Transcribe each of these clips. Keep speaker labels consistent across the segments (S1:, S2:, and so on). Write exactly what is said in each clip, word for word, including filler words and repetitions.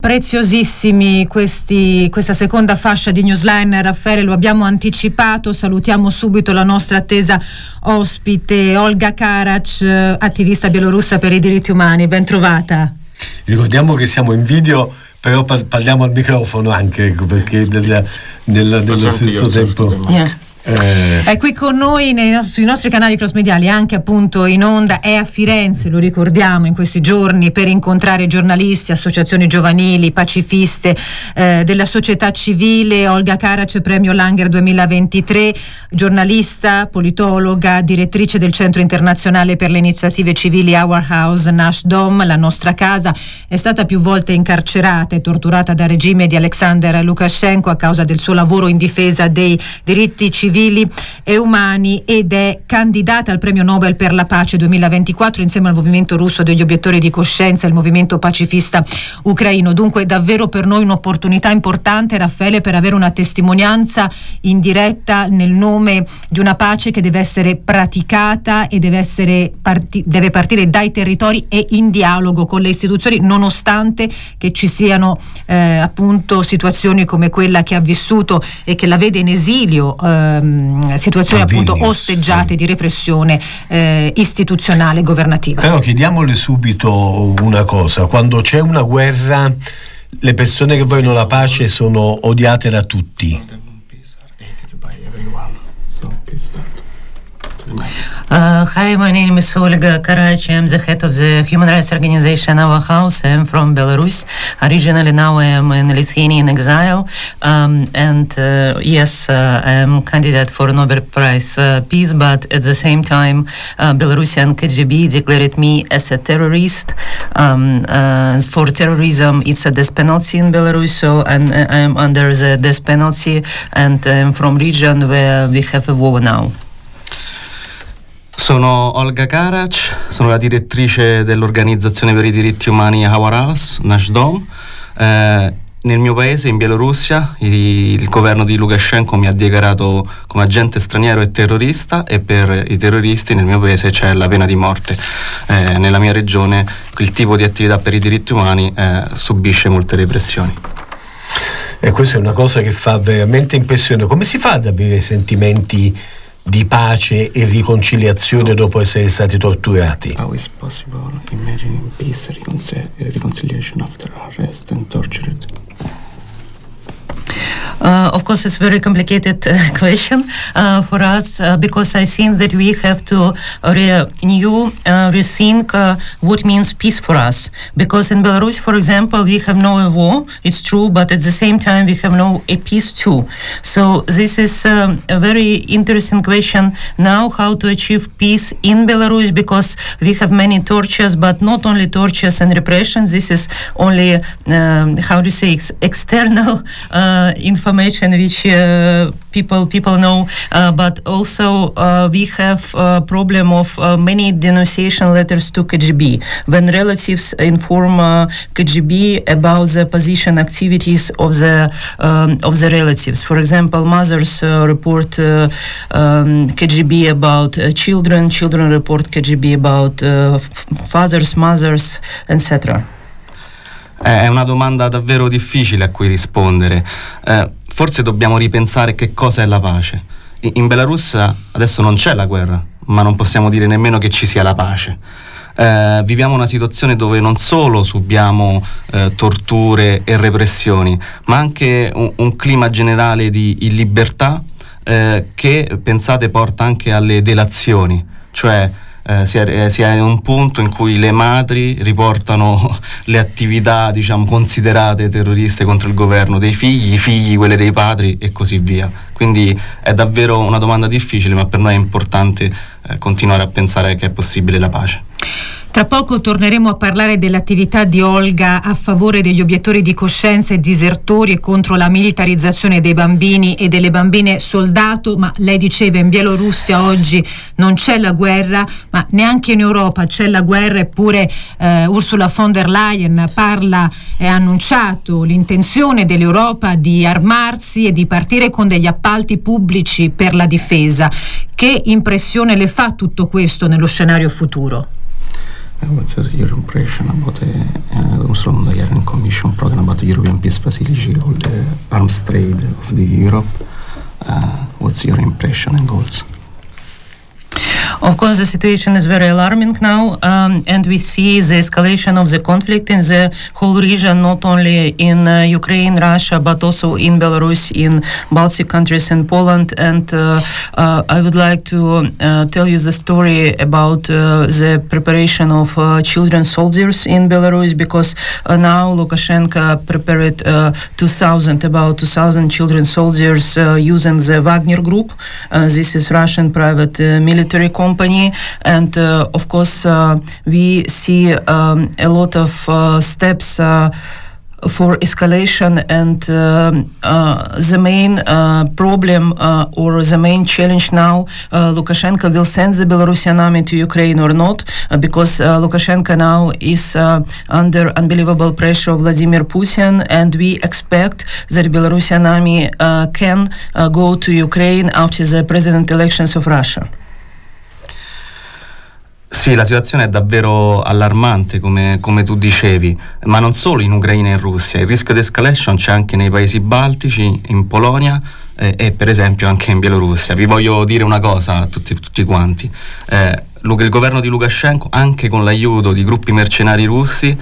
S1: Preziosissimi questi, questa seconda fascia di Newsline. Raffaele, lo abbiamo anticipato, salutiamo subito la nostra attesa ospite Olga Karac, attivista bielorussa per i diritti umani. Ben trovata.
S2: Ricordiamo che siamo in video, però parliamo al microfono anche, perché nel, nel, nello stesso tempo...
S1: Yeah. Eh. È qui con noi nei, sui nostri canali cross-mediali, anche appunto in onda, è a Firenze, lo ricordiamo, in questi giorni per incontrare giornalisti, associazioni giovanili, pacifiste eh, della società civile. Olga Karac, premio Langer duemilaventitré, giornalista, politologa, direttrice del Centro Internazionale per le Iniziative Civili Our House, Nash Dom, la nostra casa. È stata più volte incarcerata e torturata dal regime di Alexander Lukashenko a causa del suo lavoro in difesa dei diritti civili civili e umani, ed è candidata al premio Nobel per la pace duemilaventiquattro insieme al movimento russo degli obiettori di coscienza e il movimento pacifista ucraino. Dunque davvero per noi un'opportunità importante, Raffaele, per avere una testimonianza in diretta nel nome di una pace che deve essere praticata e deve essere parti- deve partire dai territori e in dialogo con le istituzioni, nonostante che ci siano eh, appunto situazioni come quella che ha vissuto e che la vede in esilio, eh, situazioni appunto osteggiate, sì, di repressione eh, istituzionale, governativa.
S2: Però chiediamole subito una cosa: quando c'è una guerra, le persone che vogliono la pace sono odiate da tutti.
S3: Uh, hi, my name is Olga Karac. I'm the head of the human rights organization Our House. I'm from Belarus. Originally, now I am in Lithuanian exile. Um, and uh, yes, uh, I am candidate for Nobel Prize uh, Peace, but at the same time, uh, Belarusian K G B declared me as a terrorist. Um, uh, for terrorism, it's a death penalty in Belarus, so I'm, I'm under the death penalty, and I'm from region where we have a war now.
S4: Sono Olga Karac, sono la direttrice dell'organizzazione per i diritti umani Our House, Nash Dom. Eh, nel mio paese, in Bielorussia, il, il governo di Lukashenko mi ha dichiarato come agente straniero e terrorista, e per i terroristi nel mio paese c'è la pena di morte. Eh, nella mia regione il tipo di attività per i diritti umani eh, subisce molte repressioni.
S2: E questa è una cosa che fa veramente impressione. Come si fa ad avere sentimenti di pace e riconciliazione dopo essere stati torturati?
S5: How is possible imagining peace and reconciliation after arrest and tortured?
S3: Uh, of course, it's a very complicated uh, question uh, for us uh, because I think that we have to renew, uh, rethink uh, what means peace for us. Because in Belarus, for example, we have no war, it's true, but at the same time we have no a peace too. So this is um, a very interesting question now, how to achieve peace in Belarus, because we have many tortures, but not only tortures and repression. This is only, um, how do you say, ex- external uh, information which uh, people people know, uh, but also uh, we have a problem of uh, many denunciation letters to K G B when relatives inform uh, K G B about the position activities of the um, of the relatives. For example, mothers uh, report uh, um, K G B about uh, children, children report K G B about uh, f- fathers, mothers, et cetera.
S4: È una domanda davvero difficile a cui rispondere. Eh, forse dobbiamo ripensare che cosa è la pace. In, in Belarus adesso non c'è la guerra, ma non possiamo dire nemmeno che ci sia la pace. Eh, viviamo una situazione dove non solo subiamo eh, torture e repressioni, ma anche un, un clima generale di illibertà eh, che, pensate, porta anche alle delazioni, cioè Eh, si, è, si è in un punto in cui le madri riportano le attività, diciamo, considerate terroriste contro il governo dei figli, i figli quelle dei padri e così via. Quindi è davvero una domanda difficile, ma per noi è importante eh, continuare a pensare che è possibile la pace.
S1: Tra poco torneremo a parlare dell'attività di Olga a favore degli obiettori di coscienza e disertori e contro la militarizzazione dei bambini e delle bambine soldato, ma lei diceva in Bielorussia oggi non c'è la guerra, ma neanche in Europa c'è la guerra, eppure eh, Ursula von der Leyen parla e ha annunciato l'intenzione dell'Europa di armarsi e di partire con degli appalti pubblici per la difesa. Che impressione le fa tutto questo nello scenario futuro?
S5: What's your impression about the uh, from the Iron Commission program about the European Peace Facility, all the arms trade of the Europe? Uh, what's your impression and goals?
S3: Of course, the situation is very alarming now, um, and we see the escalation of the conflict in the whole region, not only in uh, Ukraine, Russia, but also in Belarus, in Baltic countries, and Poland. And uh, uh, I would like to uh, tell you the story about uh, the preparation of uh, children soldiers in Belarus, because uh, now Lukashenko prepared uh, two thousand, about two thousand children soldiers uh, using the Wagner Group. Uh, this is Russian private uh, military company. Company, and uh, of course uh, we see um, a lot of uh, steps uh, for escalation, and uh, uh, the main uh, problem uh, or the main challenge now, uh, Lukashenko will send the Belarusian army to Ukraine or not, uh, because uh, Lukashenko now is uh, under unbelievable pressure of Vladimir Putin, and we expect that Belarusian army uh, can uh, go to Ukraine after the president elections of Russia.
S4: Sì, la situazione è davvero allarmante, come, come tu dicevi, ma non solo in Ucraina e in Russia. Il rischio di escalation c'è anche nei paesi baltici, in Polonia eh, e per esempio anche in Bielorussia. Vi voglio dire una cosa a tutti, tutti quanti. Eh, il governo di Lukashenko, anche con l'aiuto di gruppi mercenari russi,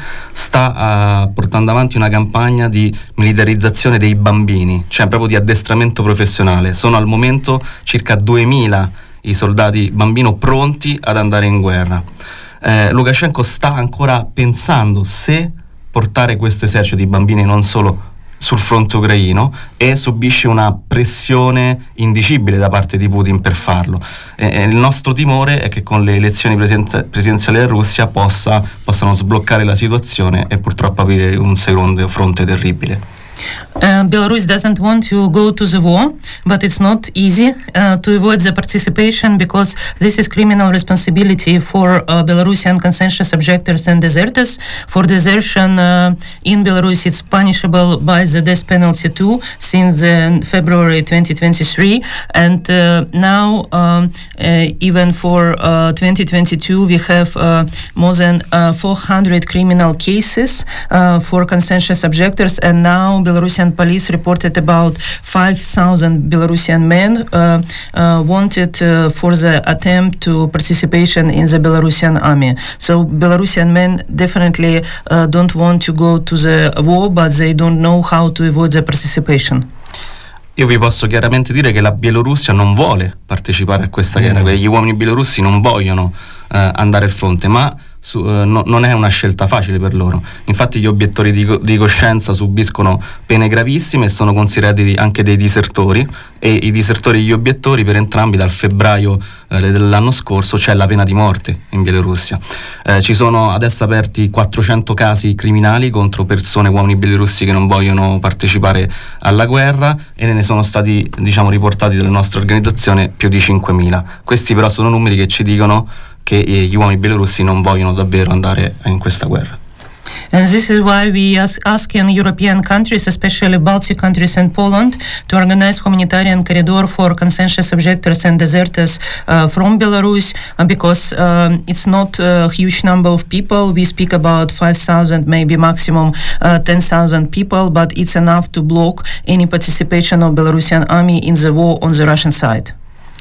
S4: sta uh, portando avanti una campagna di militarizzazione dei bambini, cioè proprio di addestramento professionale. Sono al momento circa duemila i soldati bambino pronti ad andare in guerra. Eh, Lukashenko sta ancora pensando se portare questo esercito di bambini non solo sul fronte ucraino, e subisce una pressione indicibile da parte di Putin per farlo. Eh, il nostro timore è che con le elezioni presidenza- presidenziali della Russia possa, possano sbloccare la situazione e purtroppo aprire un secondo fronte terribile.
S3: Uh, Belarus doesn't want to go to the war, but it's not easy uh, to avoid the participation, because this is criminal responsibility for uh, Belarusian conscientious objectors and deserters. For desertion uh, in Belarus, it's punishable by the death penalty too, since uh, February twenty twenty-three, and uh, now um, uh, even for uh, twenty twenty-two we have uh, more than uh, four hundred criminal cases uh, for conscientious objectors, and now Belarusian police reported about five thousand Belarusian men uh, uh, wanted uh, for the attempt to participation in the Belarusian army. So Belarusian men definitely uh, don't want to go to the war, but they don't know how to avoid the participation.
S4: Io vi posso chiaramente dire che la Bielorussia non vuole partecipare a questa guerra, mm. Gli uomini bielorussi non vogliono eh, andare al fronte, ma su, eh, no, non è una scelta facile per loro. Infatti gli obiettori di, di coscienza subiscono pene gravissime e sono considerati anche dei disertori, e i disertori e gli obiettori per entrambi dal febbraio eh, dell'anno scorso c'è la pena di morte in Bielorussia. Eh, ci sono adesso aperti quattrocento casi criminali contro persone, uomini bielorussi che non vogliono partecipare alla guerra, e ne sono stati, diciamo, riportati dalle nostre organizzazioni più di cinquemila. Questi però sono numeri che ci dicono che gli uomini bielorussi non vogliono davvero andare in questa guerra.
S3: And this is why we ask, ask in European countries, especially Baltic countries and Poland, to organize humanitarian corridor for conscientious objectors and deserters uh, from Belarus, uh, because um, it's not a huge number of people. We speak about five thousand, maybe maximum uh, ten thousand people, but it's enough to block any participation of Belarusian army in the war on the Russian side.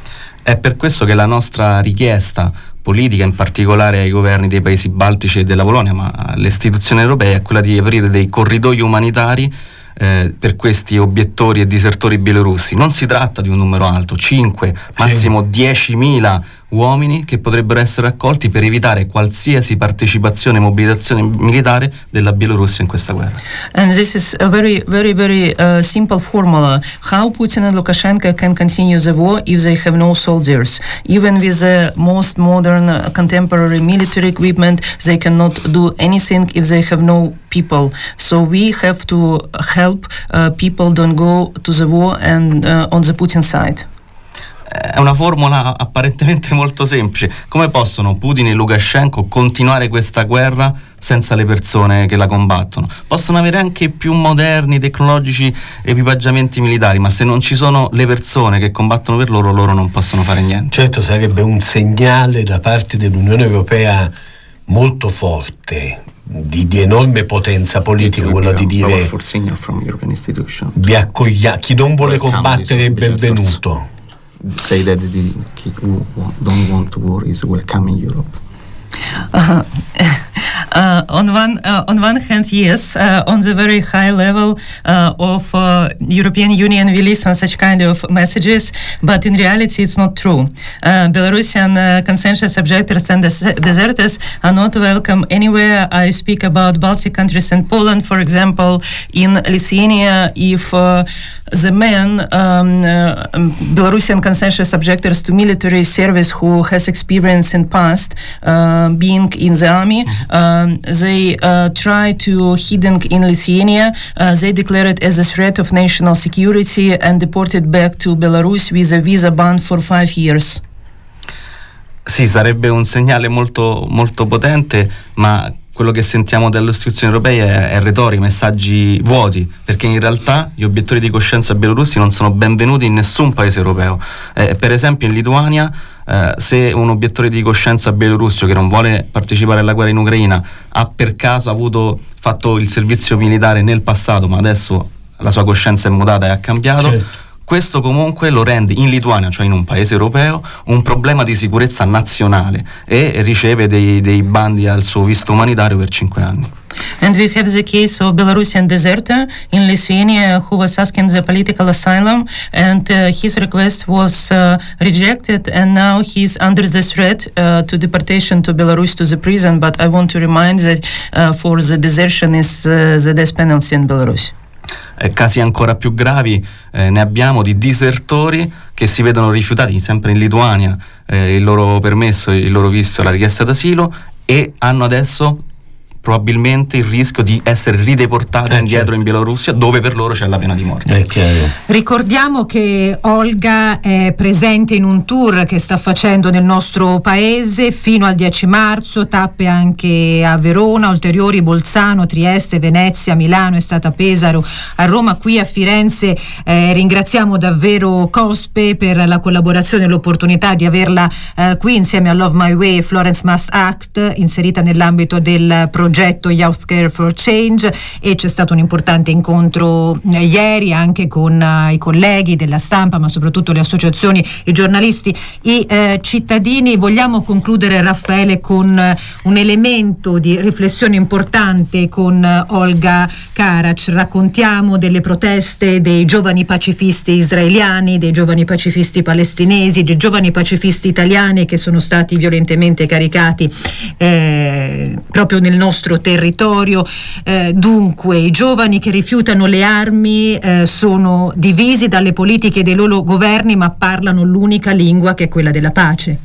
S4: È per questo che la nostra richiesta politica, in particolare ai governi dei paesi baltici e della Polonia, ma alle istituzioni europee, è quella di aprire dei corridoi umanitari eh, per questi obiettori e disertori bielorussi. Non si tratta di un numero alto, cinque, massimo diecimila uomini che potrebbero essere accolti per evitare qualsiasi partecipazione e mobilitazione militare della Bielorussia in questa guerra.
S3: And this is a very, very, very uh, simple formula. How Putin and Lukashenko can continue the war if they have no soldiers? Even with the most modern uh, contemporary military equipment, they cannot do anything if they have no people. So we have to help uh, people don't go to the war and uh, on the Putin side.
S4: È una formula apparentemente molto semplice. Come possono Putin e Lukashenko continuare questa guerra senza le persone che la combattono? Possono avere anche i più moderni, tecnologici equipaggiamenti militari, ma se non ci sono le persone che combattono per loro, loro non possono fare niente.
S2: Certo, sarebbe un segnale da parte dell'Unione Europea molto forte, di, di enorme potenza politica, quello di dire vi accoglia, chi non vuole combattere è benvenuto.
S5: Say that the who don't want to war is welcome in Europe.
S3: Uh, uh, on one uh, on one hand, yes, uh, on the very high level uh, of uh, European Union, we listen such kind of messages, but in reality, it's not true. Uh, Belarusian uh, conscientious objectors and des- deserters are not welcome anywhere. I speak about Baltic countries and Poland, for example. In Lithuania, if uh, the men, um, uh, Belarusian conscientious objectors to military service who has experience in past uh, being in the army, um, they uh, try to hidden in Lithuania. Uh, they declare it as a threat of national security and deported back to Belarus with a visa ban for five years.
S4: Sì, sarebbe un segnale molto, molto potente, ma quello che sentiamo dalle istituzioni europee è, è retorica, messaggi vuoti, perché in realtà gli obiettori di coscienza bielorussi non sono benvenuti in nessun paese europeo. Eh, per esempio in Lituania, eh, se un obiettore di coscienza bielorusso che non vuole partecipare alla guerra in Ucraina ha per caso avuto fatto il servizio militare nel passato, ma adesso la sua coscienza è mutata e ha cambiato, certo. Questo comunque lo rende in Lituania, cioè in un paese europeo, un problema di sicurezza nazionale e riceve dei, dei bandi al suo visto umanitario per cinque anni.
S3: And we have the case of Belarusian deserter in Lithuania who was asking the political asylum, and uh, his request was uh, rejected, and now he's under the threat uh, to deportation to Belarus to the prison. But I want to remind that uh, for the desertion is uh, the death penalty in Belarus.
S4: Eh, casi ancora più gravi eh, ne abbiamo di disertori che si vedono rifiutati sempre in Lituania eh, il loro permesso, il loro visto, la richiesta d'asilo, e hanno adesso probabilmente il rischio di essere rideportati eh, indietro certo. in Bielorussia, dove per loro c'è la pena di morte.
S1: Ricordiamo che Olga è presente in un tour che sta facendo nel nostro paese fino al dieci marzo, tappe anche a Verona, ulteriori Bolzano, Trieste, Venezia, Milano, è stata a Pesaro, a Roma, qui a Firenze. Eh, ringraziamo davvero Cospe per la collaborazione e l'opportunità di averla eh, qui insieme a Love My Way e Florence Must Act, inserita nell'ambito del progetto Youth Care for Change, e c'è stato un importante incontro eh, ieri anche con eh, i colleghi della stampa, ma soprattutto le associazioni, i giornalisti, i eh, cittadini. Vogliamo concludere, Raffaele, con eh, un elemento di riflessione importante con eh, Olga Karac. Raccontiamo delle proteste dei giovani pacifisti israeliani, dei giovani pacifisti palestinesi, dei giovani pacifisti italiani che sono stati violentemente caricati eh, proprio nel nostro territorio. Eh, dunque i giovani che rifiutano le armi eh, sono divisi dalle politiche dei loro governi, ma parlano l'unica lingua, che è quella della pace.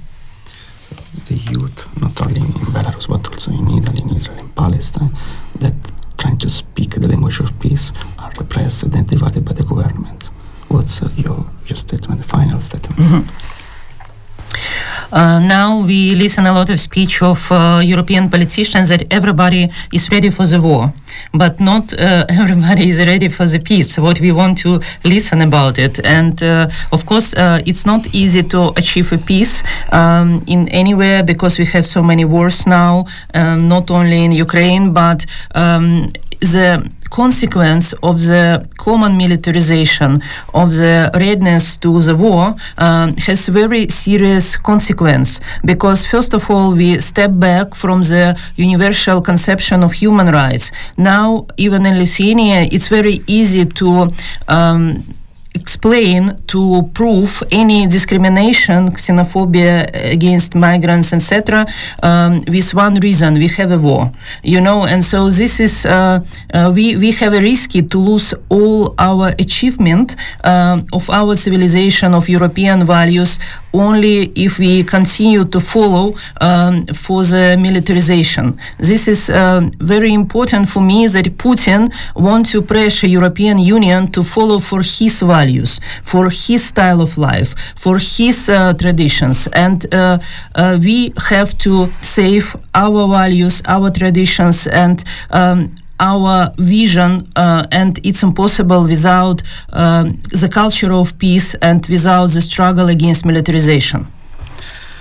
S5: The youth, not only in Belarus but also in Italy, in Israel, in Palestine, that trying to speak the language of peace are repressed and divided by the governments. What's uh, your, your statement, the final statement?
S3: Mm-hmm. Uh, now we listen a lot of speech of uh, European politicians that everybody is ready for the war, but not uh, everybody is ready for the peace. What we want to listen about it, and uh, of course uh, it's not easy to achieve a peace um, in anywhere, because we have so many wars now, um, not only in Ukraine, but um, the consequence of the common militarization of the readiness to the war um, has very serious consequence, because first of all we step back from the universal conception of human rights. Now even in Lithuania it's very easy to um, explain, to prove any discrimination, xenophobia against migrants, et cetera, um, with one reason: we have a war, you know. And so this is uh, uh, we we have a risky to lose all our achievement uh, of our civilization, of European values, only if we continue to follow um, for the militarization. This is uh, very important for me, that Putin wants to pressure European Union to follow for his values, for his style of life, for his uh, traditions, and uh, uh, we have to save our values, our traditions, and um, our vision, uh, and it's impossible without um, the culture of peace and without the struggle against militarization.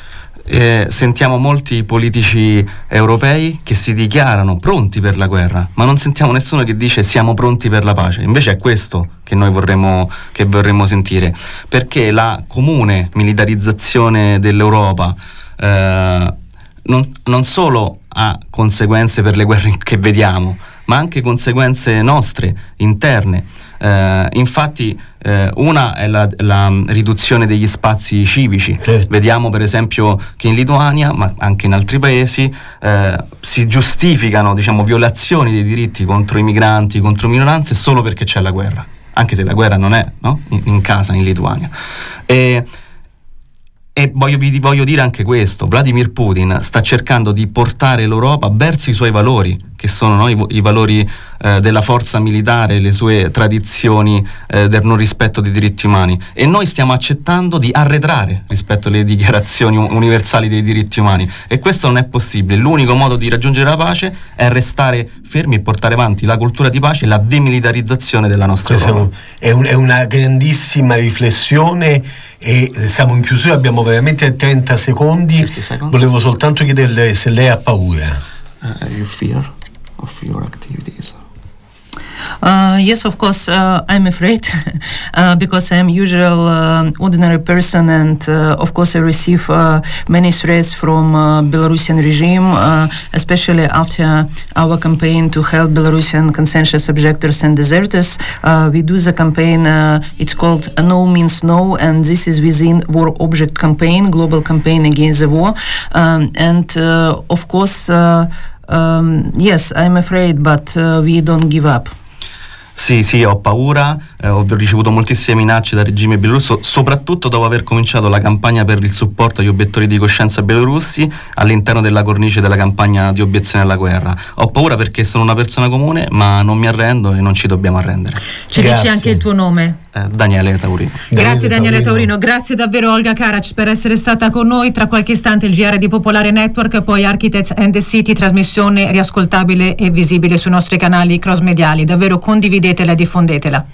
S4: Eh, sentiamo molti politici europei che si dichiarano pronti per la guerra, ma non sentiamo nessuno che dice siamo pronti per la pace. Invece è questo che noi vorremmo, che vorremmo sentire, perché la comune militarizzazione dell'Europa eh, non, non solo ha conseguenze per le guerre che vediamo, ma anche conseguenze nostre, interne. Eh, infatti eh, una è la, la riduzione degli spazi civici.
S2: Certo.
S4: Vediamo per esempio che in Lituania, ma anche in altri paesi, eh, si giustificano, diciamo, violazioni dei diritti contro i migranti, contro minoranze, solo perché c'è la guerra, anche se la guerra non è, no? in, in casa in Lituania. E, E voglio, vi voglio dire anche questo: Vladimir Putin sta cercando di portare l'Europa verso i suoi valori, che sono, no, i, i valori eh, della forza militare, le sue tradizioni eh, del non rispetto dei diritti umani, e noi stiamo accettando di arretrare rispetto alle dichiarazioni universali dei diritti umani, e questo non è possibile. L'unico modo di raggiungere la pace è restare fermi e portare avanti la cultura di pace e la demilitarizzazione della nostra Europa.
S2: È, un, è una grandissima riflessione, e siamo in chiusura, abbiamo veramente trenta secondi. Volevo soltanto chiederle se lei ha paura.
S5: Uh, you fear of your activities?
S3: Uh, yes, of course, uh, I'm afraid uh, because I'm usual uh, ordinary person, and uh, of course I receive uh, many threats from uh, Belarusian regime, uh, especially after our campaign to help Belarusian conscientious objectors and deserters. Uh, we do the campaign, uh, it's called No Means No, and this is within War Object campaign, global campaign against the war. Um, and uh, of course, uh, um, yes, I'm afraid, but uh, we don't give up.
S4: Sì, sì, ho paura, eh, ho ricevuto moltissime minacce dal regime bielorusso, soprattutto dopo aver cominciato la campagna per il supporto agli obiettori di coscienza bielorussi all'interno della cornice della campagna di obiezione alla guerra. Ho paura perché sono una persona comune, ma non mi arrendo e non ci dobbiamo arrendere.
S1: Ci
S2: Grazie.
S1: dici anche il tuo nome?
S4: Eh, Daniele Taurino.
S1: Grazie Daniele Taurino, grazie davvero Olga Karac per essere stata con noi. Tra qualche istante il G R di Popolare Network, poi Architects and the City, trasmissione riascoltabile e visibile sui nostri canali cross mediali. Davvero condividetela e diffondetela.